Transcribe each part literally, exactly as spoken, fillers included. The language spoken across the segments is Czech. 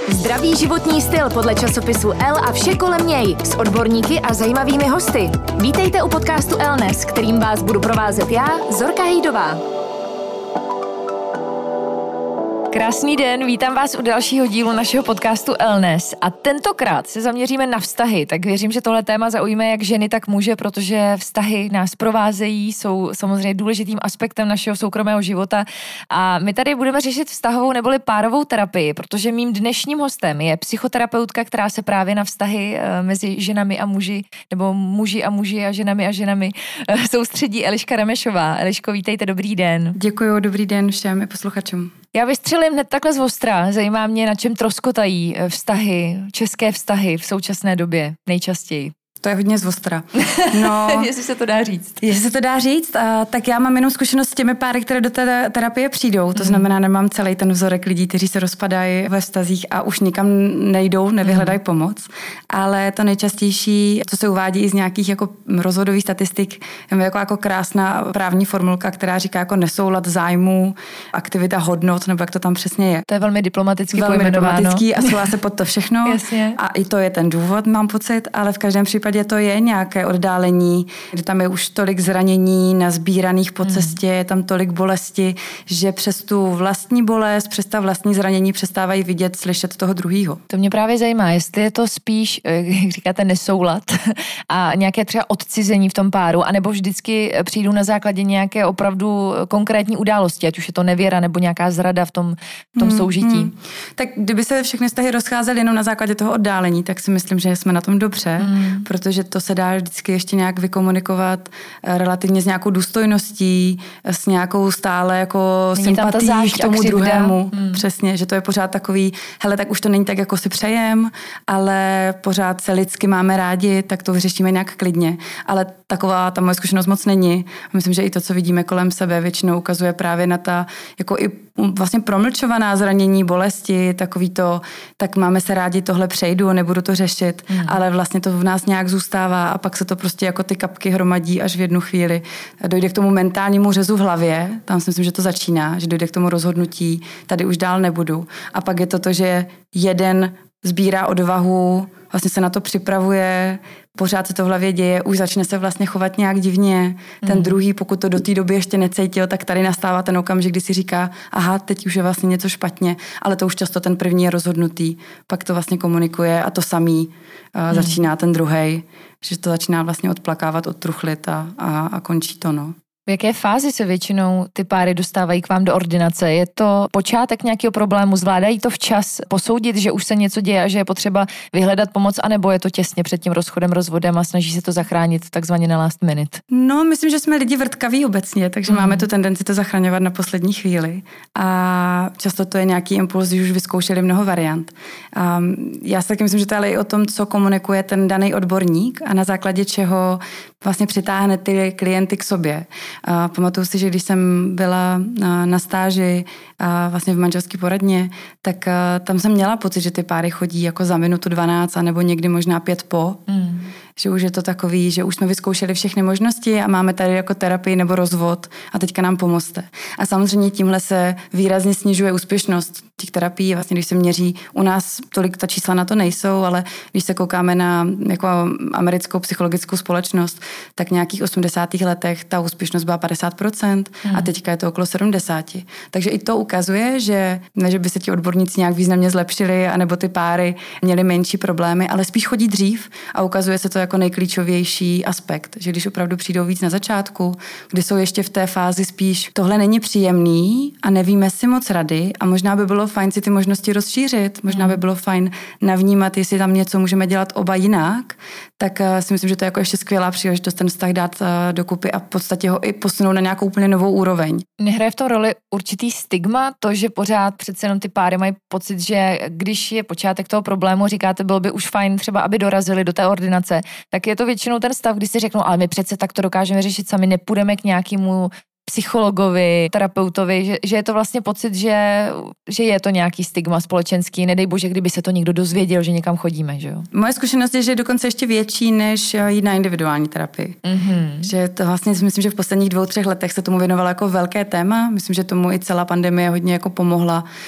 Zdravý životní styl podle časopisu Elle a vše kolem něj s odborníky a zajímavými hosty. Vítejte u podcastu Wellness, kterým vás budu provázet já, Zorka Hejdová. Krásný den, vítám vás u dalšího dílu našeho podcastu Wellness a tentokrát se zaměříme na vztahy, tak věřím, že tohle téma zaujme jak ženy, tak muže, protože vztahy nás provázejí, jsou samozřejmě důležitým aspektem našeho soukromého života a my tady budeme řešit vztahovou neboli párovou terapii, protože mým dnešním hostem je psychoterapeutka, která se právě na vztahy mezi ženami a muži, nebo muži a muži a ženami a ženami soustředí Eliška Remešová. Eliško, vítejte, dobrý den. Děkuji, dobrý den všem i posluchačům. Já vystřelím hned takhle z ostra. Zajímá mě, na čem troskotají vztahy, české vztahy v současné době nejčastěji. To je hodně z ostra. No, jestli se to dá říct. Jestli se to dá říct, a, tak já mám jenom zkušenost s těmi páry, které do té terapie přijdou. To znamená, nemám celý ten vzorek lidí, kteří se rozpadají ve vztazích a už nikam nejdou, nevyhledají mm. pomoc. Ale to nejčastější, co se uvádí i z nějakých jako rozvodových statistik, je jako, jako krásná právní formulka, která říká jako nesoulad zájmů, aktivita hodnot, nebo jak to tam přesně je. To je velmi diplomaticky velmi pojmenováno. diplomatický a schová se pod to všechno. Jasně. A i to je ten důvod, mám pocit, ale v každém případě to je nějaké oddálení, kdy tam je už tolik zranění nazbíraných po cestě, je tam tolik bolesti, že přes tu vlastní bolest, přes ta vlastní zranění přestávají vidět, slyšet toho druhýho. To mě právě zajímá, jestli je to spíš, jak říkáte, nesoulad a nějaké třeba odcizení v tom páru, anebo vždycky přijdu na základě nějaké opravdu konkrétní události, ať už je to nevěra nebo nějaká zrada v tom, v tom hmm, soužití. Hmm. Tak kdyby se všechny vztahy rozcházely jenom na základě toho oddálení, tak si myslím, že jsme na tom dobře, hmm. protože to se dá vždycky ještě nějak vykomunikovat relativně s nějakou důstojností, s nějakou stále jako sympatií k tomu druhému. Hmm. Přesně, že to je pořád takový, hele, tak už to není tak, jako si přejem, ale pořád se lidsky máme rádi, tak to vyřešíme nějak klidně. Ale taková ta moje zkušenost moc není. Myslím, že i to, co vidíme kolem sebe, většinou ukazuje právě na ta jako i vlastně promlčovaná zranění, bolesti, takový to, tak máme se rádi, tohle přejdu, nebudu to řešit, hmm. ale vlastně to v nás nějak zůstává a pak se to prostě jako ty kapky hromadí až v jednu chvíli. Dojde k tomu mentálnímu řezu v hlavě, tam si myslím, že to začíná, že dojde k tomu rozhodnutí, tady už dál nebudu. A pak je to to, že jeden sbírá odvahu, vlastně se na to připravuje, pořád se to v hlavě děje, už začne se vlastně chovat nějak divně. Ten mm. druhý, pokud to do té doby ještě necítil, tak tady nastává ten okamžik, kdy si říká, aha, teď už je vlastně něco špatně, ale to už často ten první je rozhodnutý, pak to vlastně komunikuje a to samý uh, mm. začíná ten druhej, že to začíná vlastně odplakávat, odtruchlit a, a, a končí to, no. V jaké fázi se většinou ty páry dostávají k vám do ordinace? Je to počátek nějakého problému? Zvládají to včas posoudit, že už se něco děje a že je potřeba vyhledat pomoc, anebo je to těsně před tím rozchodem, rozvodem a snaží se to zachránit takzvaně na last minute? No, myslím, že jsme lidi vrtkaví obecně, takže mm. máme tu tendenci to zachraňovat na poslední chvíli. A často to je nějaký impuls, když už vyzkoušeli mnoho variant. A já si taky myslím, že to je i o tom, co komunikuje ten daný odborník a na základě čeho vlastně přitáhne ty klienty k sobě. A pamatuju si, že když jsem byla na, na stáži a vlastně v manželské poradně, tak a, tam jsem měla pocit, že ty páry chodí jako za minutu dvanáct a nebo někdy možná pět po. Mm. Že už je to takový, že už jsme vyzkoušeli všechny možnosti a máme tady jako terapii nebo rozvod a teďka nám pomozte. A samozřejmě tímhle se výrazně snižuje úspěšnost těch terapií. Vlastně když se měří, u nás tolik ta čísla na to nejsou, ale když se koukáme na jako americkou psychologickou společnost, tak nějakých osmdesátých letech ta úspěšnost byla padesát procent hmm. a teďka je to okolo sedmdesát procent. Takže i to ukazuje, že ne, že by se ti odborníci nějak významně zlepšili, anebo ty páry měly menší problémy, ale spíš chodí dřív a ukazuje se to jako nejklíčovější aspekt, že když opravdu přijdou víc na začátku, kdy jsou ještě v té fázi spíš tohle není příjemný a nevíme si moc rady a možná by bylo fajn si ty možnosti rozšířit, možná by bylo fajn navnímat, jestli tam něco můžeme dělat oba jinak, tak si myslím, že to je jako ještě skvělá příležitost ten vztah dát dokupy a v podstatě ho i posunout na nějakou úplně novou úroveň. Nehraje v tom roli určitý stigma, to, že pořád přece jenom ty páry mají pocit, že když je počátek toho problému, říkáte, bylo by už fajn třeba, aby dorazili do té ordinace, tak je to většinou ten stav, kdy si řeknou, ale my přece tak to dokážeme řešit sami, nepůjdeme k nějakému psychologovi, terapeutovi, že, že je to vlastně pocit, že, že je to nějaký stigma společenský, nedej bože, kdyby se to někdo dozvěděl, že někam chodíme, že jo? Moje zkušenost je, že je dokonce ještě větší, než jít na individuální terapii. Mm-hmm. Že to vlastně myslím, že v posledních dvou, třech letech se tomu věnovalo jako velké téma. Myslím, že tomu i celá pandemie hodně jako pomohla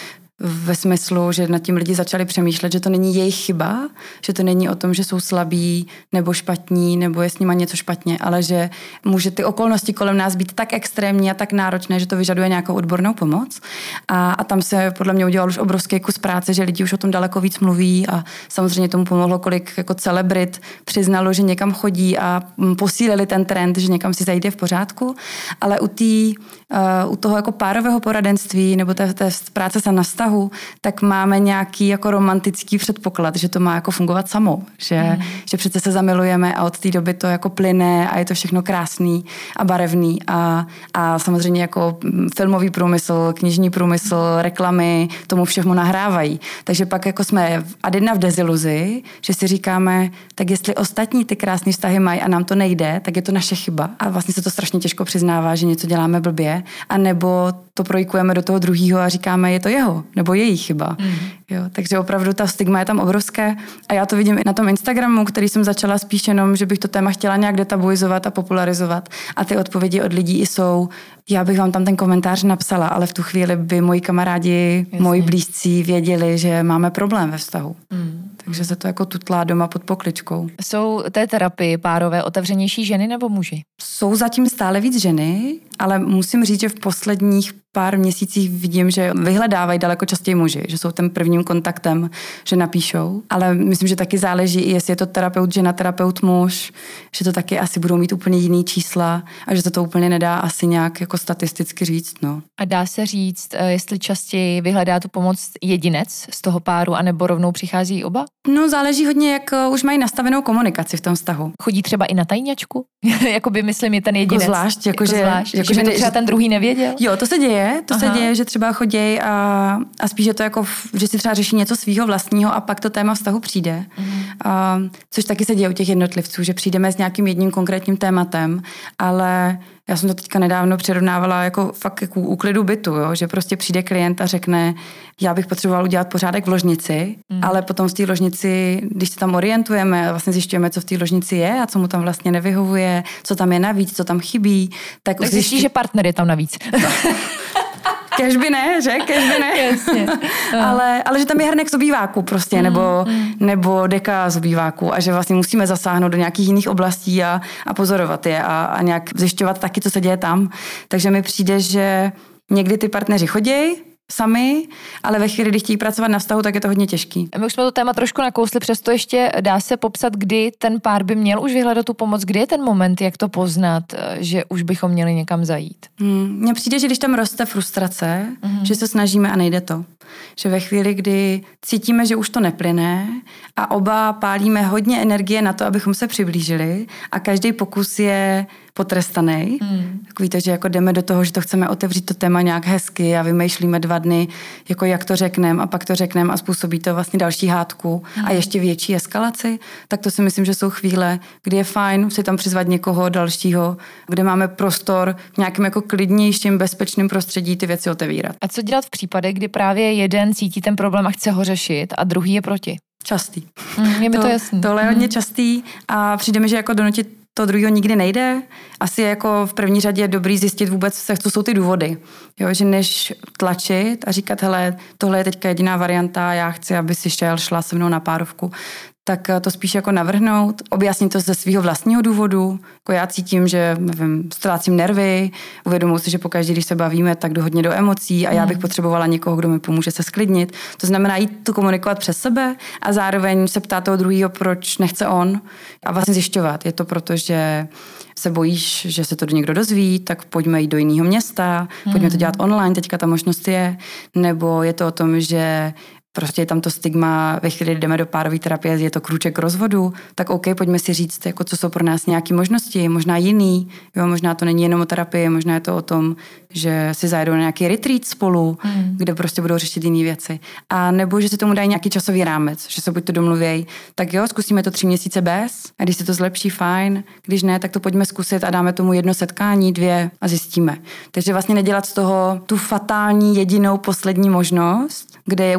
ve smyslu, že nad tím lidi začali přemýšlet, že to není jejich chyba, že to není o tom, že jsou slabí nebo špatní, nebo je s nima něco špatně, ale že může ty okolnosti kolem nás být tak extrémní a tak náročné, že to vyžaduje nějakou odbornou pomoc. A, a tam se podle mě udělal už obrovský kus práce, že lidi už o tom daleko víc mluví a samozřejmě tomu pomohlo, kolik jako celebrit přiznalo, že někam chodí a posílili ten trend, že někam si zajde v pořádku, ale u, tý, uh, u toho jako párového poradenství nebo té, té práce se na vztahu, tak máme nějaký jako romantický předpoklad, že to má jako fungovat samo, že, mm. že přece se zamilujeme a od té doby to jako plyne a je to všechno krásný a barevný a, a samozřejmě jako filmový průmysl, knižní průmysl, reklamy tomu všemu nahrávají. Takže pak jako jsme ad jedna v deziluzi, že si říkáme, tak jestli ostatní ty krásné vztahy mají a nám to nejde, tak je to naše chyba. A vlastně se to strašně těžko přiznává, že něco děláme blbě, a nebo to projikujeme do toho druhého a říkáme, je to jeho, nebo její chyba. Mm. Jo, takže opravdu ta stigma je tam obrovské a já to vidím i na tom Instagramu, který jsem začala spíš jenom, že bych to téma chtěla nějak detabuizovat a popularizovat a ty odpovědi od lidí i jsou, já bych vám tam ten komentář napsala, ale v tu chvíli by moji kamarádi, Jasně. moji blízcí věděli, že máme problém ve vztahu. Mm. Takže se to jako tutlá doma pod pokličkou. Jsou té terapii párové otevřenější ženy nebo muži? Jsou zatím stále víc ženy, ale musím říct, že v posledních pár měsících vidím, že vyhledávají daleko častěji muži, že jsou tím prvním kontaktem, že napíšou. Ale myslím, že taky záleží, jestli je to terapeut žena, terapeut muž, že to taky asi budou mít úplně jiný čísla a že se to úplně nedá asi nějak jako statisticky říct. No. A dá se říct, jestli častěji vyhledá tu pomoc jedinec z toho páru, anebo rovnou přichází oba? No záleží hodně, jak už mají nastavenou komunikaci v tom vztahu. Chodí třeba i na tajňačku? Jakoby myslím, je ten jedinec. Jako zvlášť, jako, jako že, zvlášť, jako, že, že to třeba ten druhý nevěděl? Jo, to se děje, to Aha. se děje, že třeba chodí a, a spíš je to jako, že si třeba řeší něco svýho vlastního a pak to téma vztahu přijde. Mhm. A, což taky se děje u těch jednotlivců, že přijdeme s nějakým jedním konkrétním tématem, ale já jsem to teďka nedávno přirovnávala jako fakt jako úklidu bytu, jo? Že prostě přijde klient a řekne, já bych potřeboval udělat pořádek v ložnici, mm. ale potom v té ložnici, když se tam orientujeme a vlastně zjišťujeme, co v té ložnici je a co mu tam vlastně nevyhovuje, co tam je navíc, co tam chybí. Tak, tak zjistí, že partner je tam navíc. Kež by ne, že? Kež by ne. Jasně. ale, ale že tam je hrnek z obýváku prostě, mm, nebo, mm. nebo deka z obýváku a že vlastně musíme zasáhnout do nějakých jiných oblastí a, a pozorovat je a, a nějak zjišťovat taky, co se děje tam. Takže mi přijde, že někdy ty partneři chodějí sami, ale ve chvíli, kdy chtějí pracovat na vztahu, tak je to hodně těžký. My už jsme to téma trošku nakousli, přesto ještě dá se popsat, kdy ten pár by měl už vyhledat tu pomoc, kdy je ten moment, jak to poznat, že už bychom měli někam zajít. Hmm, mně přijde, že když tam roste frustrace, mm-hmm. že se snažíme a nejde to. Že ve chvíli, kdy cítíme, že už to neplyne a oba pálíme hodně energie na to, abychom se přiblížili a každý pokus je potrestaný. Mm. Takový to, že jako jdeme do toho, že to chceme otevřít to téma nějak hezky a vymýšlíme dva dny, jako jak to řekneme a pak to řekneme a způsobí to vlastně další hádku mm. a ještě větší eskalaci, tak to si myslím, že jsou chvíle, kdy je fajn si tam přizvat někoho dalšího, kde máme prostor v nějakém jako klidnějším, bezpečným prostředí ty věci otevírat. A co dělat v případech, kdy právě jeden cítí ten problém a chce ho řešit a druhý je proti? Častý. Mm, je mi to, to jasný. Tohle je hodně častý a přijde mi, že jako donutit to druhého nikdy nejde. Asi jako v první řadě je dobrý zjistit vůbec, co jsou ty důvody. Jo, že než tlačit a říkat, hele, tohle je teďka jediná varianta, já chci, aby si šel, šla se mnou na párovku, tak to spíš jako navrhnout, objasnit to ze svého vlastního důvodu. Jako já cítím, že nevím, ztrácím nervy, uvědomuji si, že pokaždé, když se bavíme, tak jdu hodně do emocí a já bych potřebovala někoho, kdo mi pomůže se sklidnit. To znamená jít to komunikovat přes sebe a zároveň se ptát toho druhého, proč nechce on a vlastně zjišťovat. Je to proto, že se bojíš, že se to někdo dozví, tak pojďme jít do jiného města, pojďme to dělat online, teďka ta možnost je, nebo je to o tom, že prostě je tam to stigma, ve chvíli jdeme do párové terapie, je to krůček k rozvodu, tak OK, pojďme si říct, jako co jsou pro nás nějaké možnosti, možná jiný, jo, možná to není jenom o terapii, možná je to o tom, že si zajedou na nějaký retreat spolu, mm. kde prostě budou řešit jiné věci. A nebo, že si tomu dají nějaký časový rámec, že se buď to domluvějí, tak jo, zkusíme to tři měsíce bez a když se to zlepší, fajn, když ne, tak to pojďme zkusit a dáme tomu jedno setkání, dvě a zjistíme. Takže vlastně nedělat z toho tu fatální jedinou poslední možnost, kde je úplně přirozené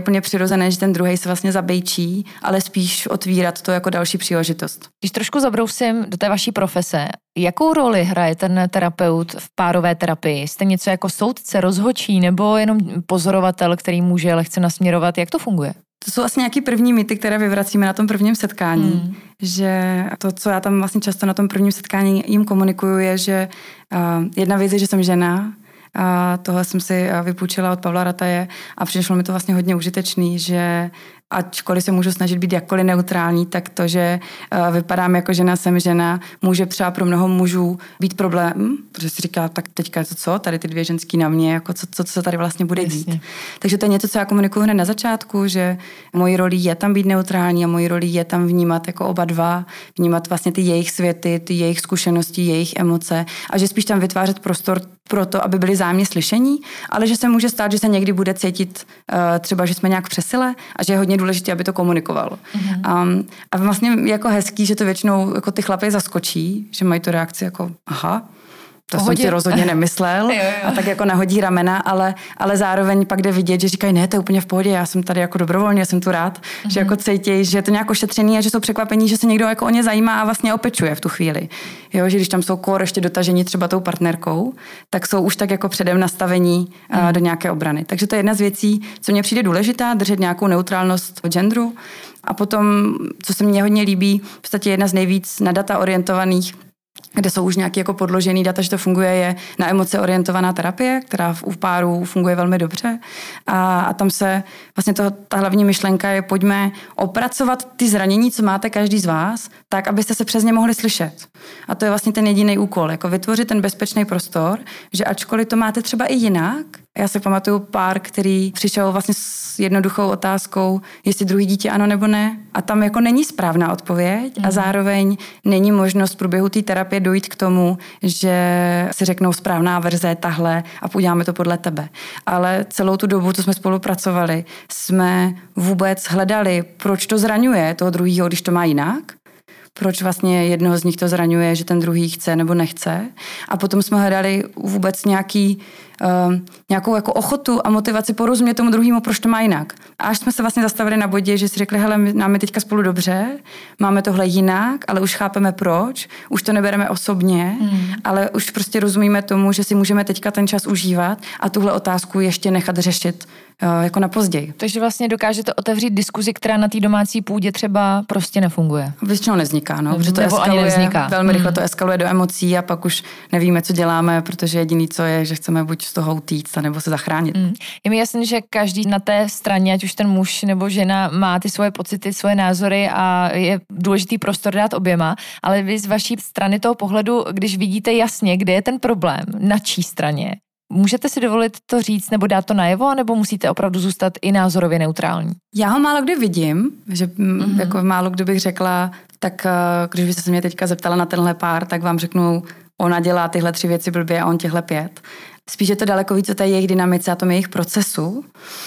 přirozené, že ten druhej se vlastně zabejčí, ale spíš otvírat to jako další příležitost. Když trošku zabrousím do té vaší profese, jakou roli hraje ten terapeut v párové terapii? Jste něco jako soudce, rozhodčí nebo jenom pozorovatel, který může lehce nasměrovat? Jak to funguje? To jsou vlastně nějaký první mýty, které vyvracíme na tom prvním setkání. Hmm. Že to, co já tam vlastně často na tom prvním setkání jim komunikuju, je, že uh, jedna věc je, že jsem žena, a tohle jsem si vypůjčila od Pavla Rataje a přišlo mi to vlastně hodně užitečný, že ačkoliv se můžu snažit být jakkoliv neutrální, tak to, že vypadám jako žena, jsem žena, může třeba pro mnoho mužů být problém, protože si říká, tak teďka je to co, tady ty dvě ženský na mě, jako co, co, co tady vlastně bude dít. Jasně. Takže to je něco, co já komunikuju hned na začátku, že mojí roli je tam být neutrální a mojí roli je tam vnímat jako oba dva, vnímat vlastně ty jejich světy, ty jejich zkušenosti, jejich emoce a že spíš tam vytvářet prostor pro to, aby byli zájemně slyšení, ale že se může stát, že se někdy bude cítit uh, třeba, že jsme nějak přesile a že je hodně důležité, aby to komunikovalo. Mm-hmm. Um, a vlastně jako hezký, že to většinou jako ty chlapy zaskočí, že mají tu reakci jako aha, to Pohodě. jsem si rozhodně nemyslel jo, jo. a tak jako nahodí ramena, ale, ale zároveň pak jde vidět, že říkají, ne, to je úplně v pohodě, já jsem tady jako dobrovolně, jsem tu rád, mm-hmm. že jako cítějí, že je to nějak ošetřený a že jsou překvapení, že se někdo jako o ně zajímá a vlastně opečuje v tu chvíli. Jo, že když tam jsou kor ještě dotažení třeba tou partnerkou, tak jsou už tak jako předem nastavení mm. do nějaké obrany. Takže to je jedna z věcí, co mně přijde důležitá, držet nějakou neutrálnost genderu. A potom, co se mně hodně líbí, v podstatě jedna z nejvíc na data orientovaných, kde jsou už nějaké jako podložený data, že to funguje, je na emoce orientovaná terapie, která v, u párů funguje velmi dobře. A, a tam se vlastně to, ta hlavní myšlenka je, pojďme opracovat ty zranění, co máte každý z vás, tak, abyste se přes ně mohli slyšet. A to je vlastně ten jediný úkol, jako vytvořit ten bezpečný prostor, že ačkoliv to máte třeba i jinak. Já si pamatuju pár, který přišel vlastně s jednoduchou otázkou, jestli druhý dítě ano nebo ne. A tam jako není správná odpověď mm. a zároveň není možnost v průběhu té terapie dojít k tomu, že si řeknou správná verze tahle a uděláme to podle tebe. Ale celou tu dobu, co jsme spolupracovali, jsme vůbec hledali, proč to zraňuje toho druhýho, když to má jinak. Proč vlastně jednoho z nich to zraňuje, že ten druhý chce nebo nechce. A potom jsme hledali vůbec nějaký, uh, nějakou jako ochotu a motivaci porozumět tomu druhému, proč to má jinak. A až jsme se vlastně zastavili na bodě, že si řekli, hele, my, nám je teďka spolu dobře, máme tohle jinak, ale už chápeme proč, už to nebereme osobně, hmm. ale už prostě rozumíme tomu, že si můžeme teďka ten čas užívat a tuhle otázku ještě nechat řešit uh, jako na později. Takže vlastně dokážete otevřít diskuzi, která na té domácí půdě třeba prostě nefunguje. Většinou nevzniká, no, protože to eskaluje, velmi rychle to eskaluje do emocí a pak už nevíme, co děláme, protože jediný, co je, že chceme buď z toho utíct, nebo se zachránit. Mm. Je mi jasné, že každý na té straně, ať už ten muž nebo žena, má ty svoje pocity, svoje názory a je důležitý prostor dát oběma, ale vy z vaší strany toho pohledu, když vidíte jasně, kde je ten problém, na čí straně, můžete si dovolit to říct nebo dát to najevo, nebo musíte opravdu zůstat i názorově neutrální? Já ho málo kdy vidím, že mm-hmm. jako málo kdy bych řekla, tak když byste se mě teďka zeptala na tenhle pár, tak vám řeknu, ona dělá tyhle tři věci blbě a on těhle pět. Spíš je to daleko víc o té jejich dynamice a tom jejich procesu.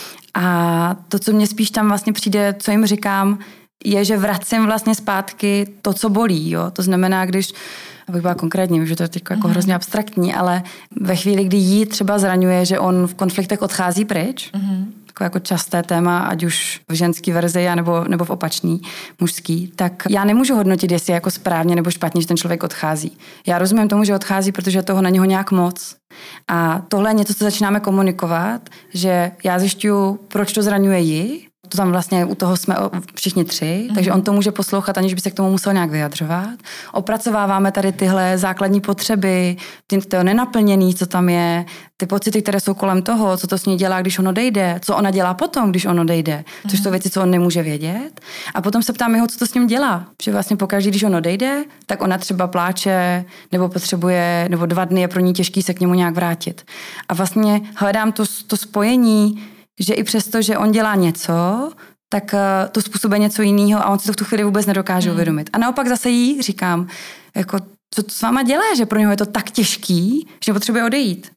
A to, co mě spíš tam vlastně přijde, co jim říkám, je, že vracím vlastně zpátky to, co bolí. Jo? To znamená, když, abych byla konkrétní, že to je teď jako hrozně abstraktní, ale ve chvíli, kdy jí třeba zraňuje, že on v konfliktech odchází pryč, mm-hmm. jako časté téma, ať už v ženský verzi, nebo, nebo v opačný, mužský, tak já nemůžu hodnotit, jestli je jako správně nebo špatně, že ten člověk odchází. Já rozumím tomu, že odchází, protože toho na něho nějak moc. A tohle je něco, co začínáme komunikovat, že já zjišťuju, proč to zraňuje ji. To tam vlastně u toho jsme všichni tři, mm-hmm. takže on to může poslouchat, aniž by se k tomu musel nějak vyjadřovat. Opracováváme tady tyhle základní potřeby, ty, to nenaplněný, co tam je, ty pocity, které jsou kolem toho, co to s ní dělá, když on odejde, co ona dělá potom, když on odejde, mm-hmm. což jsou věci, co on nemůže vědět. A potom se ptám jeho, co to s ním dělá. Že vlastně pokaždé, když on odejde, tak ona třeba pláče, nebo potřebuje, nebo dva dny je pro ní těžký se k němu nějak vrátit. A vlastně hledám to, to spojení, že i přesto, že on dělá něco, tak to způsobuje něco jiného a on si to v tu chvíli vůbec nedokáže hmm. uvědomit. A naopak zase jí říkám, jako, co to s váma dělá, že pro něho je to tak těžký, že potřebuje odejít.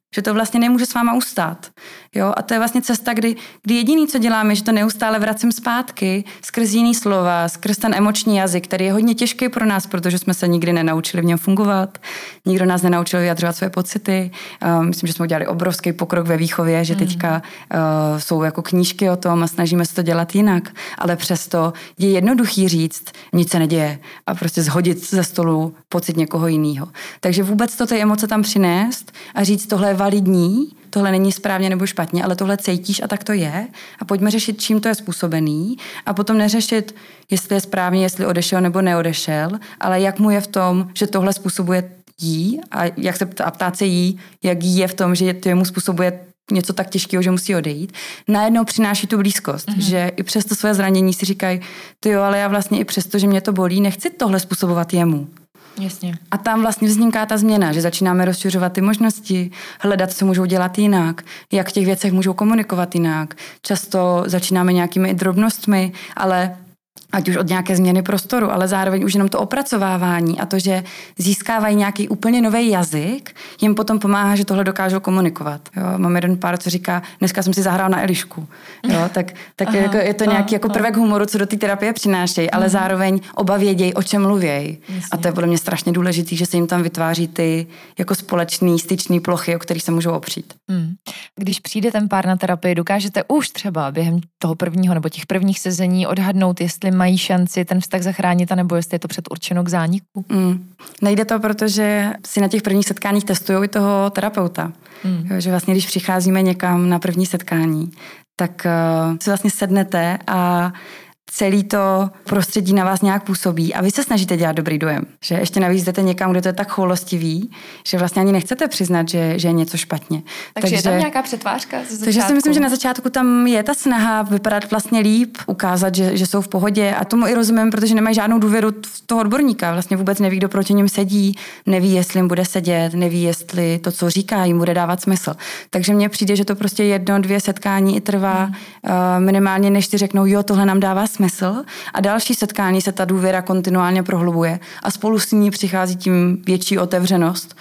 že to vlastně nemůže s váma ustát. Jo? A to je vlastně cesta, kdy, kdy jediný, co děláme, že to neustále vracím zpátky skrz jiný slova, skrz ten emoční jazyk, který je hodně těžký pro nás, protože jsme se nikdy nenaučili v něm fungovat, nikdo nás nenaučil vyjadřovat své pocity. Uh, myslím, že jsme udělali obrovský pokrok ve výchově, že teďka uh, jsou jako knížky o tom a snažíme se to dělat jinak, ale přesto je jednoduchý říct, nic se neděje a prostě zhodit ze stolu pocit někoho jiného. Takže vůbec to ty emoce tam přinést a říct, tohle je validní, tohle není správně nebo špatně, ale tohle cítíš a tak to je a pojďme řešit, čím to je způsobený a potom neřešit, jestli je správně, jestli odešel nebo neodešel, ale jak mu je v tom, že tohle způsobuje jí a jak se a ptát se jí, jak jí je v tom, že to jemu způsobuje něco tak těžkého, že musí odejít, najednou přináší tu blízkost, mm-hmm. že i přes to své zranění si říkají, ty jo, ale já vlastně i přesto, že mě to bolí, nechci tohle způsobovat jemu. Jasně. A tam vlastně vzniká ta změna, že začínáme rozšiřovat ty možnosti, hledat, co můžou dělat jinak, jak v těch věcech můžou komunikovat jinak. Často začínáme nějakými drobnostmi, ale ať už od nějaké změny prostoru, ale zároveň už jenom to opracovávání a to, že získávají nějaký úplně nový jazyk, jim potom pomáhá, že tohle dokážou komunikovat. Jo, mám jeden pár, co říká, dneska jsem si zahrál na Elišku. Jo, tak tak aha, je, je to nějaký jako prvek humoru, co do té terapie přinášejí, ale zároveň oba vědějí, o čem mluvějí. A to je podle mě strašně důležitý, že se jim tam vytváří ty jako společný styčný plochy, o kterých se můžou opřít. Hmm. Když přijde ten pár na terapii, dokážete už třeba během toho prvního nebo těch prvních sezení odhadnout, jestli mají šanci ten vztah zachránit, anebo jestli je to předurčeno k zániku? Mm. Nejde to, protože si na těch prvních setkáních testují i toho terapeuta. Mm. Jo, že vlastně, když přicházíme někam na první setkání, tak uh, si vlastně sednete a celý to prostředí na vás nějak působí a vy se snažíte dělat dobrý dojem. Že ještě navíc jdete někam, kde to je tak choulostivý, že vlastně ani nechcete přiznat, že, že je něco špatně. Takže, takže je tam nějaká přetvářka ze začátku? Takže si myslím, že na začátku tam je ta snaha vypadat vlastně líp, ukázat, že, že jsou v pohodě a tomu i rozumím, protože nemají žádnou důvěru v toho odborníka. Vlastně vůbec neví, kdo proti ním sedí, neví, jestli jim bude sedět, neví, jestli to, co říká, jim bude dávat smysl. Takže mně přijde, že to prostě jedno, dvě setkání i trvá hmm. uh, minimálně, než ti řeknou, jo, tohle nám dává smysl a další setkání se ta důvěra kontinuálně prohlubuje a spolu s ní přichází tím větší otevřenost.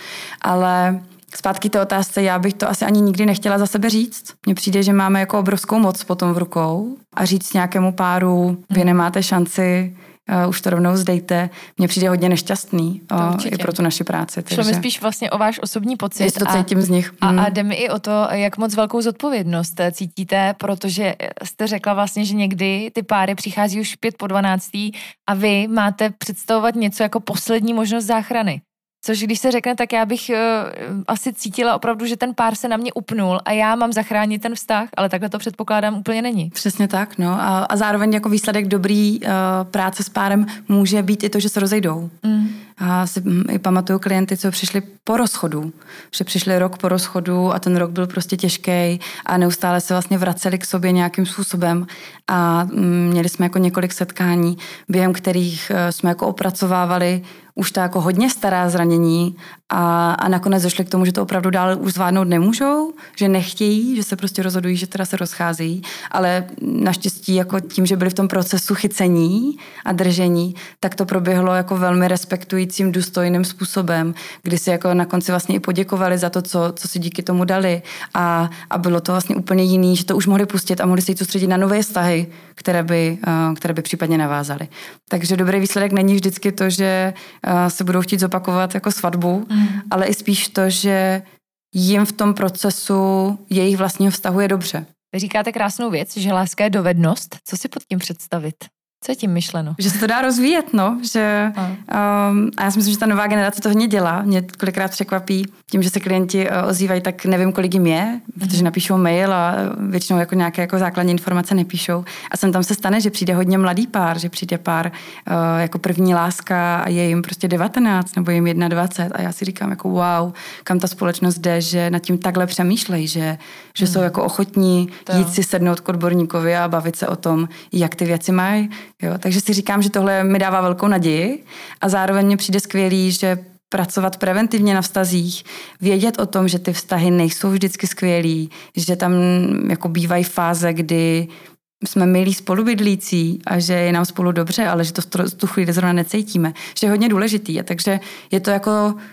Ale zpátky té otázce, já bych to asi ani nikdy nechtěla za sebe říct. Mně přijde, že máme jako obrovskou moc potom v rukou a říct nějakému páru, vy nemáte šanci, Uh, už to rovnou zdejte, mně přijde hodně nešťastný uh, i pro tu naši práci. Šlo mi spíš vlastně o váš osobní pocit. Jestli to cítím a, z nich. A, a jde mi i o to, jak moc velkou zodpovědnost cítíte, protože jste řekla vlastně, že někdy ty páry přichází už pět po dvanáctý a vy máte představovat něco jako poslední možnost záchrany. Což když se řekne, tak já bych uh, asi cítila opravdu, že ten pár se na mě upnul a já mám zachránit ten vztah, ale takhle to předpokládám úplně není. Přesně tak, no. A, a zároveň jako výsledek dobrý uh, práce s párem může být i to, že se rozejdou. Mm. A si i pamatuju klienty, co přišli po rozchodu. Že přišli rok po rozchodu a ten rok byl prostě těžký a neustále se vlastně vraceli k sobě nějakým způsobem a mm, měli jsme jako několik setkání, během kterých uh, jsme jako opracovávali už to jako hodně stará zranění a, a nakonec došli k tomu, že to opravdu dál už zvládnout nemůžou, že nechtějí, že se prostě rozhodují, že teda se rozcházejí, ale naštěstí jako tím, že byli v tom procesu chycení a držení, tak to proběhlo jako velmi respektujícím, důstojným způsobem, kdy si jako na konci vlastně i poděkovali za to, co, co si díky tomu dali a, a bylo to vlastně úplně jiný, že to už mohli pustit a mohli se jít soustředit na nové vztahy, které by, které by případně navázaly. Takže dobrý výsledek není vždycky to, že se budou chtít zopakovat jako svatbu, mm. ale i spíš to, že jim v tom procesu jejich vlastního vztahu je dobře. Vy říkáte krásnou věc, že láska je dovednost. Co si pod tím představit? Co je tím myšleno? Že se to dá rozvíjet, no. Že, um, a já si myslím, že ta nová generace to hodně dělá. Mě kolikrát překvapí tím, že se klienti uh, ozývají, tak nevím, kolik jim je, protože napíšou mail a většinou jako nějaké jako základní informace nepíšou. A sem tam se stane, že přijde hodně mladý pár, že přijde pár uh, jako první láska a je jim prostě devatenáct nebo jim dvacet jedna a já si říkám jako wow, kam ta společnost jde, že nad tím takhle přemýšlejí, že, že hmm. jsou jako ochotní to jít si sednout k odborníkovi a bavit se o tom, jak ty věci mají. Jo, takže si říkám, že tohle mi dává velkou naději a zároveň mě přijde skvělý, že pracovat preventivně na vztazích, vědět o tom, že ty vztahy nejsou vždycky skvělý, že tam jako bývají fáze, kdy jsme milí spolubydlící a že je nám spolu dobře, ale že to v tu chvíli zrovna necítíme, že je hodně důležitý. A takže je to jako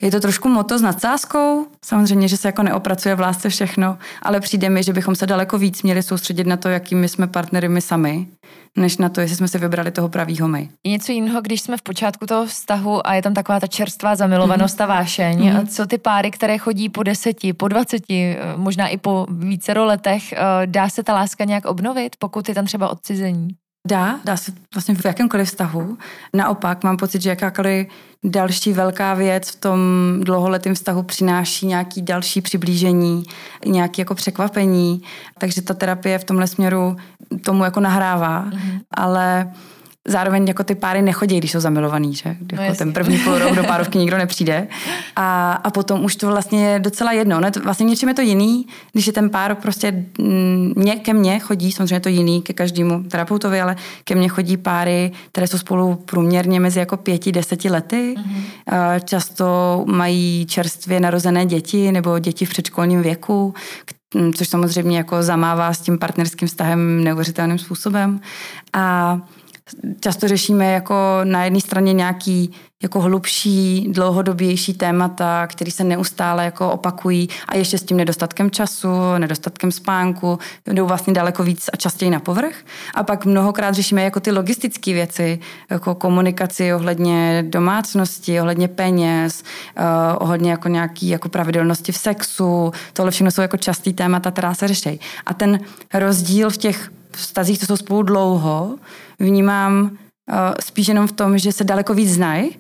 Je to trošku moto s nadsázkou, samozřejmě, že se jako neopracuje v lásce všechno, ale přijde mi, že bychom se daleko víc měli soustředit na to, jakými jsme partnery my sami, než na to, jestli jsme si vybrali toho pravýho my. Je něco jiného, když jsme v počátku toho vztahu a je tam taková ta čerstvá zamilovanost mm-hmm. a vášeň. Mm-hmm. A co ty páry, které chodí po deseti, po dvaceti, možná i po vícero letech, dá se ta láska nějak obnovit, pokud je tam třeba odcizení? Dá, dá se vlastně v jakémkoliv vztahu. Naopak mám pocit, že jakákoliv další velká věc v tom dlouholetém vztahu přináší nějaký další přiblížení, nějaké jako překvapení, takže ta terapie v tomhle směru tomu jako nahrává, mm-hmm. ale zároveň jako ty páry nechodí, když jsou zamilovaný, že? Jako no ten první půl rok do párovky nikdo nepřijde. A, a potom už to vlastně je docela jedno. Ne? Vlastně něčím je to jiný, když je ten pár prostě mě, ke mně chodí, samozřejmě je to jiný ke každému terapeutovi, ale ke mně chodí páry, které jsou spolu průměrně mezi jako pěti, deseti lety. Mm-hmm. Často mají čerstvě narozené děti nebo děti v předškolním věku, což samozřejmě jako zamává s tím partnerským vztahem neuvěřitelným způsobem. A často řešíme jako na jedné straně nějaký jako hlubší, dlouhodobější témata, které se neustále jako opakují a ještě s tím nedostatkem času, nedostatkem spánku, jdou vlastně daleko víc a častěji na povrch. A pak mnohokrát řešíme jako ty logistické věci, jako komunikaci ohledně domácnosti, ohledně peněz, uh, ohledně jako nějaký jako pravidelnosti v sexu. Tohle všechno jsou jako častý témata, která se řeší. A ten rozdíl v těch vztazích, co jsou spolu dlouho, vnímám uh, spíš jenom v tom, že se daleko víc znají,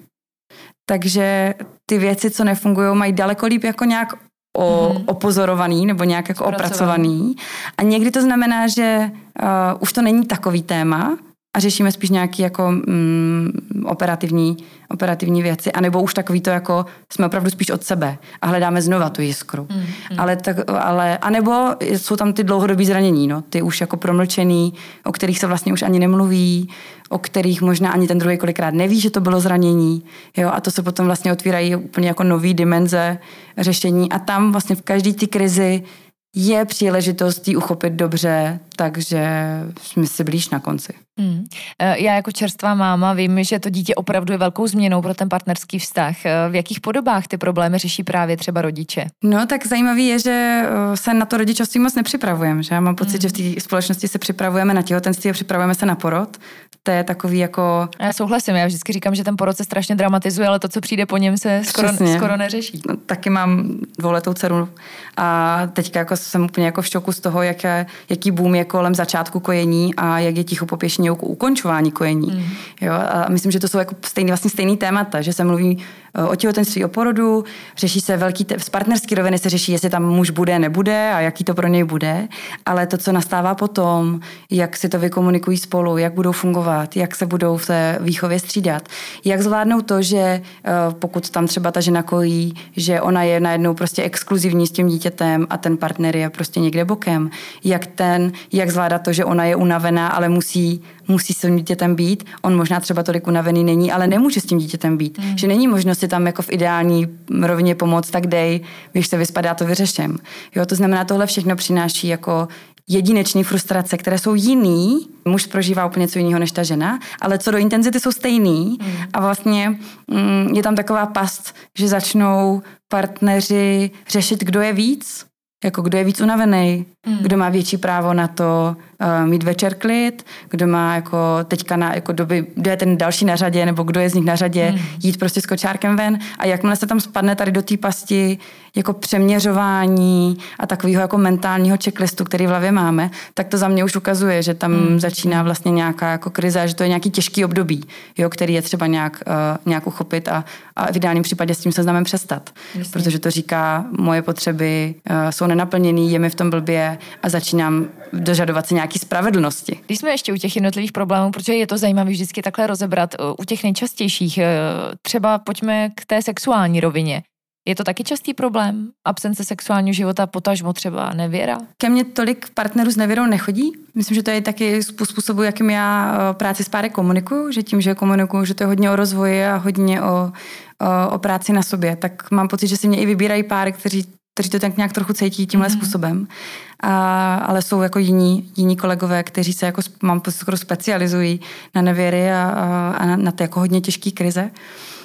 takže ty věci, co nefungují, mají daleko líp jako nějak o, mm. opozorovaný nebo nějak jako opracovaný. A někdy to znamená, že uh, už to není takový téma a řešíme spíš nějaký jako mm, operativní, operativní věci, anebo už takový to jako jsme opravdu spíš od sebe a hledáme znova tu jiskru. Mm, mm. Ale tak, ale, anebo jsou tam ty dlouhodobý zranění, no, ty už jako promlčený, o kterých se vlastně už ani nemluví, o kterých možná ani ten druhý kolikrát neví, že to bylo zranění, jo, a to se potom vlastně otvírají úplně jako nový dimenze řešení a tam vlastně v každé té krizi je příležitost jí uchopit dobře, takže jsme si blíž na konci. Hmm. Já jako čerstvá máma vím, že to dítě opravdu je velkou změnou pro ten partnerský vztah. V jakých podobách ty problémy řeší právě třeba rodiče? No tak zajímavý je, že se na to rodičovství moc nepřipravujeme. Že? Já mám pocit, hmm. že v té společnosti se připravujeme na těhotenství a připravujeme se na porod. To je takový jako... Já souhlasím, já vždycky říkám, že ten porod se strašně dramatizuje, ale to, co přijde po něm, se skoro, skoro neřeší. No, taky mám dvouletou dceru a teďka jako jsem úplně jako v šoku z toho, jaké, jaký boom je kolem začátku kojení a jak je ticho popěšení u ukončování kojení. Mm. Jo? A myslím, že to jsou jako stejný, vlastně stejný témata, že se mluví o těhotenství, o porodu, řeší se velký, z partnerské roviny se řeší, jestli tam muž bude, nebude a jaký to pro něj bude, ale to, co nastává potom, jak si to vykomunikují spolu, jak budou fungovat, jak se budou v té výchově střídat, jak zvládnou to, že pokud tam třeba ta žena kojí, že ona je najednou prostě exkluzivní s tím dítětem a ten partner je prostě někde bokem, jak ten, jak zvládat to, že ona je unavená, ale musí musí s tím dítětem být, on možná třeba tolik unavený není, ale nemůže s tím dítětem být. Mm. Že není možnost si tam jako v ideální rovině pomoct, tak dej, když se vyspadá, já to vyřeším. Jo, to znamená, tohle všechno přináší jako jedinečné frustrace, které jsou jiný. Muž prožívá úplně něco jiného než ta žena, ale co do intenzity jsou stejný mm. a vlastně mm, je tam taková past, že začnou partneři řešit, kdo je víc, jako kdo je víc unavený, mm. kdo má větší právo na to uh, mít večer klid, kdo má jako teďka na jako doby, kdo je ten další na řadě, nebo kdo je z nich na řadě, mm. jít prostě s kočárkem ven a jakmile se tam spadne tady do té pasti jako přeměřování a takového jako mentálního checklistu, který v hlavě máme, tak to za mě už ukazuje, že tam mm. začíná vlastně nějaká jako krize, že to je nějaký těžký období, jo, který je třeba nějak, uh, nějak uchopit a, a v ideálním případě s tím seznamem přestat. Jasně. Protože to říká, moje potřeby uh, jsou nenaplněný, je mi v tom blbě a začínám dožadovat se nějaký spravedlnosti. Když jsme ještě u těch jednotlivých problémů, protože je to zajímavé vždycky takhle rozebrat, u těch nejčastějších, třeba pojďme k té sexuální rovině. Je to taky častý problém? Absence sexuálního života, potažmo třeba nevěra? Ke mně tolik partnerů s nevěrou nechodí. Myslím, že to je taky způsobu, jakým já práci s páry komunikuju, že tím, že komunikuju, že to je hodně o rozvoji a hodně o, o, o práci na sobě, tak mám pocit, že si mě i vybírají páry, kteří kteří to tak nějak trochu cítí tímhle mm-hmm. způsobem. A, ale jsou jako jiní, jiní kolegové, kteří se jako, mám pocit, skoro specializují na nevěry a, a na, na ty jako hodně těžké krize.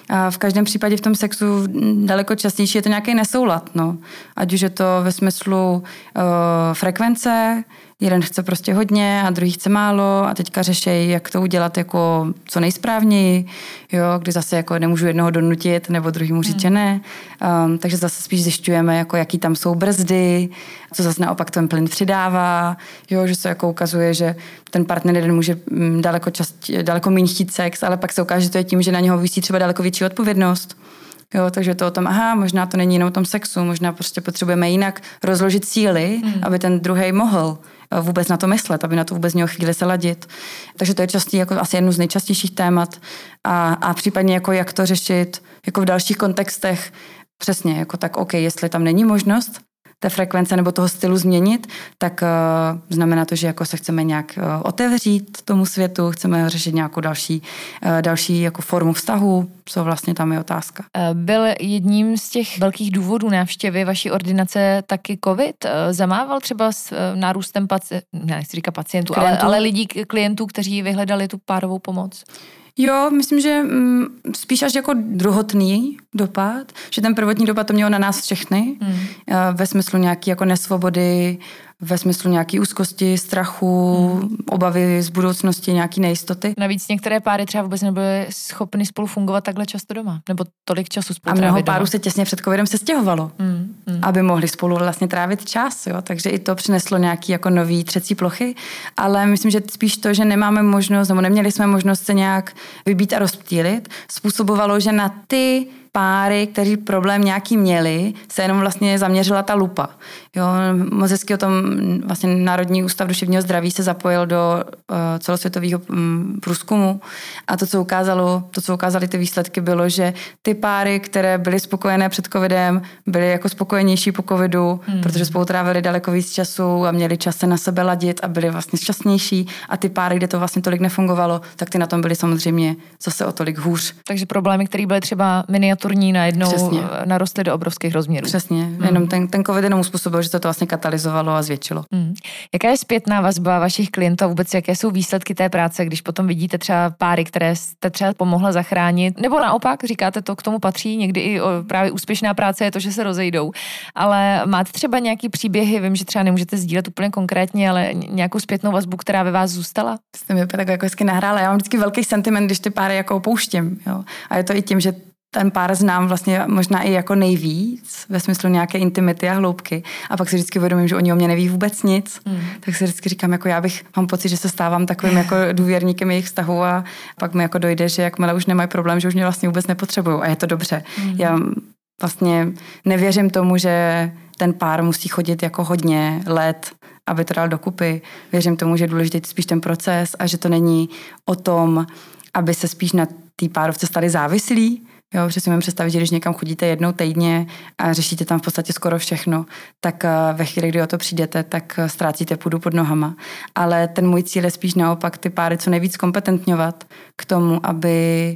A v každém případě v tom sexu daleko častější je to nějaký nesoulad. No. Ať už je to ve smyslu uh, frekvence, jeden chce prostě hodně a druhý chce málo a teďka řešejí, jak to udělat jako co nejsprávněji, jo, kdy zase jako nemůžu jednoho donutit nebo druhý mu říct, že ne. Um, takže zase spíš zjišťujeme, jako jaký tam jsou brzdy, co zase naopak ten plyn přidává, jo, že se jako ukazuje, že ten partner jeden může daleko, čast, daleko méně chtít sex, ale pak se ukáže, že to je tím, že na něho visí třeba daleko větší odpovědnost. Jo, takže to o tom, aha, možná to není jenom o tom sexu, možná prostě potřebujeme jinak rozložit síly, mm. aby ten druhej mohl vůbec na to myslet, aby na to vůbec měl chvíli se ladit. Takže to je častý, jako asi jedno z nejčastějších témat a, a případně jako jak to řešit jako v dalších kontextech. Přesně, jako tak OK, jestli tam není možnost té frekvence nebo toho stylu změnit, tak uh, znamená to, že jako se chceme nějak uh, otevřít tomu světu, chceme řešit nějakou další, uh, další jako formu vztahu, co vlastně tam je otázka. Byl jedním z těch velkých důvodů návštěvy vaší ordinace taky covid? Zamával třeba s nárůstem paci- ne, nechci říkat pacientů, ale, ale lidí, klientů, kteří vyhledali tu párovou pomoc? Jo, myslím, že mm, spíš až jako druhotný dopad, že ten prvotní dopad to mělo na nás všechny, hmm. ve smyslu nějaký jako nesvobody, ve smyslu nějaký úzkosti, strachu, hmm. obavy z budoucnosti, nějaký nejistoty. Navíc některé páry třeba vůbec nebyly schopny spolu fungovat takhle často doma, nebo tolik času spolu trávit. A mnoho doma. párů se těsně před covidem se stěhovalo, hmm. Hmm. aby mohli spolu vlastně trávit čas, jo? Takže i to přineslo nějaký jako nový třecí plochy, ale myslím, že spíš to, že nemáme možnost, nebo neměli jsme možnost se nějak vybít a rozptýlit, způsobovalo, že na ty páry, kteří problém nějaký měli, se jenom vlastně zaměřila ta lupa. Jo, moc hezky o tom vlastně Národní ústav duševního zdraví se zapojil do uh, celosvětového um, průzkumu a to, co ukázalo, to, co ukázaly ty výsledky, bylo, že ty páry, které byly spokojené před covidem, byly jako spokojenější po covidu, hmm. protože spolu trávili daleko víc času a měli čas se na sebe ladit a byli vlastně šťastnější a ty páry, kde to vlastně tolik nefungovalo, tak ty na tom byly samozřejmě zase o tolik hůř. Takže problémy, které byly třeba miniaturní, najednou Přesně. narostly do obrovských rozměrů. Přesně. Hmm. Jenom ten, ten covid jenom způsobil, že to, to vlastně katalyzovalo a zvětšilo. Hmm. Jaká je zpětná vazba vašich klientů a vůbec jaké jsou výsledky té práce, když potom vidíte třeba páry, které jste třeba pomohla zachránit, nebo naopak, říkáte to, k tomu patří, někdy i o, právě úspěšná práce je to, že se rozejdou. Ale máte třeba nějaký příběhy, vím, že třeba nemůžete sdílet úplně konkrétně, ale nějakou zpětnou vazbu, která ve vás zůstala? Jste mi tak jako hezky nahrála. Já mám vždycky velký sentiment, když ty páry jako opouštím. Jo. A je to i tím, že ten pár znám vlastně možná i jako nejvíc, ve smyslu nějaké intimity a hloubky. A pak si vždycky uvědomím, že oni o mě neví vůbec nic. Mm. Tak si vždycky říkám, jako já bych, mám pocit, že se stávám takovým jako důvěrníkem jejich vztahu a pak mi jako dojde, že jakmile už nemají problém, že už mě vlastně vůbec nepotřebují. A je to dobře. Mm. Já vlastně nevěřím tomu, že ten pár musí chodit jako hodně let, aby to dal dokupy. Věřím tomu, že je důležitý spíš ten proces a že to není o tom, aby se spíš na té párovce stali závislí. Jo, protože si můžeme představit, že když někam chodíte jednou týdně a řešíte tam v podstatě skoro všechno, tak ve chvíli, kdy o to přijdete, tak ztrácíte půdu pod nohama. Ale ten můj cíl je spíš naopak ty páry co nejvíc kompetentňovat k tomu, aby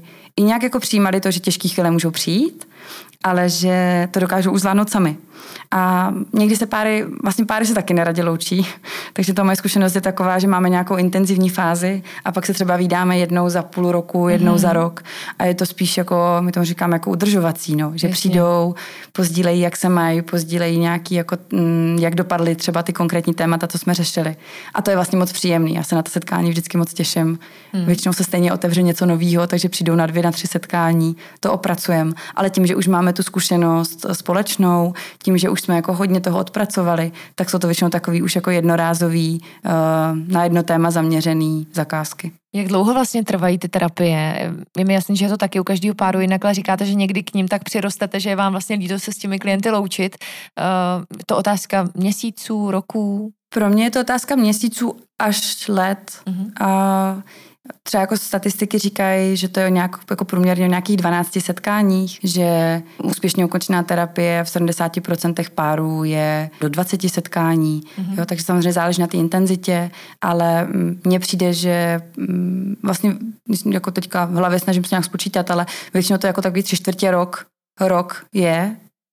i nějak jako přijímali to, že těžké chvíle můžou přijít, ale že to dokážou už zvládnout sami. A někdy se páry, vlastně páry se taky neradě loučí, takže ta moje zkušenost je taková, že máme nějakou intenzivní fázi a pak se třeba vídáme jednou za půl roku, jednou mm. za rok a je to spíš jako, my tomu říkáme jako udržovací, no, že Jasně. přijdou, pozdílejí, jak se mají, pozdílejí nějaký, jako, jak dopadly třeba ty konkrétní témata, co jsme řešili. A to je vlastně moc příjemný, já se na to setkání vždycky moc těším. Mm. Většinou se stejně otevře něco nového, takže přijdou na dvě, na tři setkání, to opracujeme, ale tím, že už máme tu zkušenost společnou, tím, že už jsme jako hodně toho odpracovali, tak jsou to většinou takový už jako jednorázový, na jedno téma zaměřený zakázky. Jak dlouho vlastně trvají ty terapie? Je mi jasný, že je to taky u každého páru jinak, ale říkáte, že někdy k ním tak přirostete, že je vám vlastně líto se s těmi klienty loučit. Je to otázka měsíců, roků? Pro mě je to otázka měsíců až let. Uh-huh. A třeba jako statistiky říkají, že to je nějak, jako průměrně v nějakých dvanácti setkáních, že úspěšně ukončená terapie v sedmdesáti procentech párů je do dvaceti setkání. Mm-hmm. Jo, takže samozřejmě záleží na té intenzitě, ale mně přijde, že vlastně jako teďka v hlavě snažím se nějak spočítat, ale většinou to jako takový tři čtvrtě rok, rok je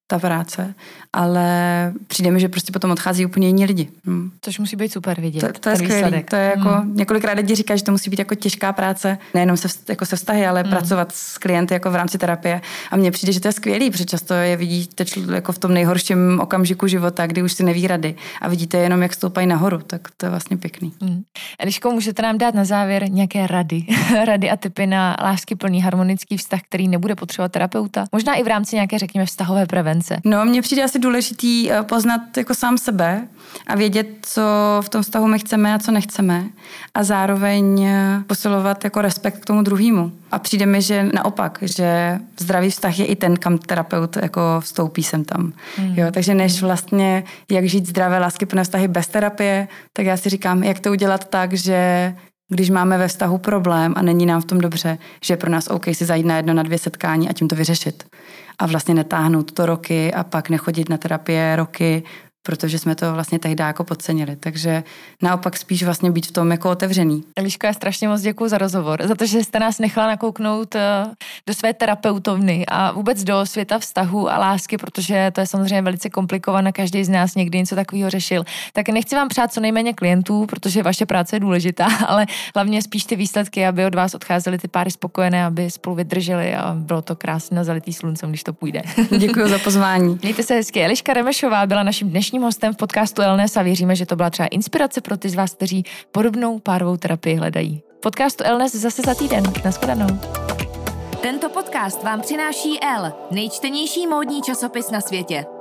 ta práce, ale přijde mi, že prostě potom odchází úplně jiní lidi. Hmm. Což musí být super vidět. To, to je skvělý. To je jako, hmm. několikrát lidi říká, že to musí být jako těžká práce, nejenom se, jako se vztahy, ale hmm. pracovat s klienty jako v rámci terapie. A mně přijde, že to je skvělý, protože často je vidíte jako v tom nejhorším okamžiku života, kdy už si neví rady a vidíte jenom, jak stoupají nahoru, tak to je vlastně pěkný. Hmm. Eliško, můžete nám dát na závěr nějaké rady, rady a tipy na láskyplný harmonický vztah, který nebude potřebovat terapeuta? Možná i v rámci nějaké, řekněme, vztahové prevence. No, mně přijde asi důležitý poznat jako sám sebe a vědět, co v tom vztahu my chceme a co nechceme a zároveň posilovat jako respekt k tomu druhému. A přijde mi, že naopak, že zdravý vztah je i ten, kam terapeut jako vstoupí sem tam. Hmm. Jo, takže než vlastně, jak žít zdravé láskyplné vztahy bez terapie, tak já si říkám, jak to udělat tak, že když máme ve vztahu problém a není nám v tom dobře, že je pro nás OK si zajít na jedno, na dvě setkání a tím to vyřešit. A vlastně netáhnout to roky a pak nechodit na terapie roky, protože jsme to vlastně tehdy jako podcenili. Takže naopak spíš vlastně být v tom jako otevřený. Eliško, já strašně moc děkuju za rozhovor, za to, že jste nás nechala nakouknout do své terapeutovny a vůbec do světa vztahu a lásky, protože to je samozřejmě velice komplikované, každý z nás někdy něco takového řešil. Tak nechci vám přát co nejméně klientů, protože vaše práce je důležitá, ale hlavně spíš ty výsledky, aby od vás odcházely ty páry spokojené, aby spolu vydrželi a bylo to krásně na zalitý sluncem, když to půjde. Děkuji za pozvání. Mějte se hezky. Eliška Remešová byla naším dnešním hostem v podcastu Wellness a věříme, že to byla třeba inspirace pro ty z vás, kteří podobnou párovou terapii hledají. V podcastu Wellness zase za týden. Nashledanou. Tento podcast vám přináší Elle, nejčtenější módní časopis na světě.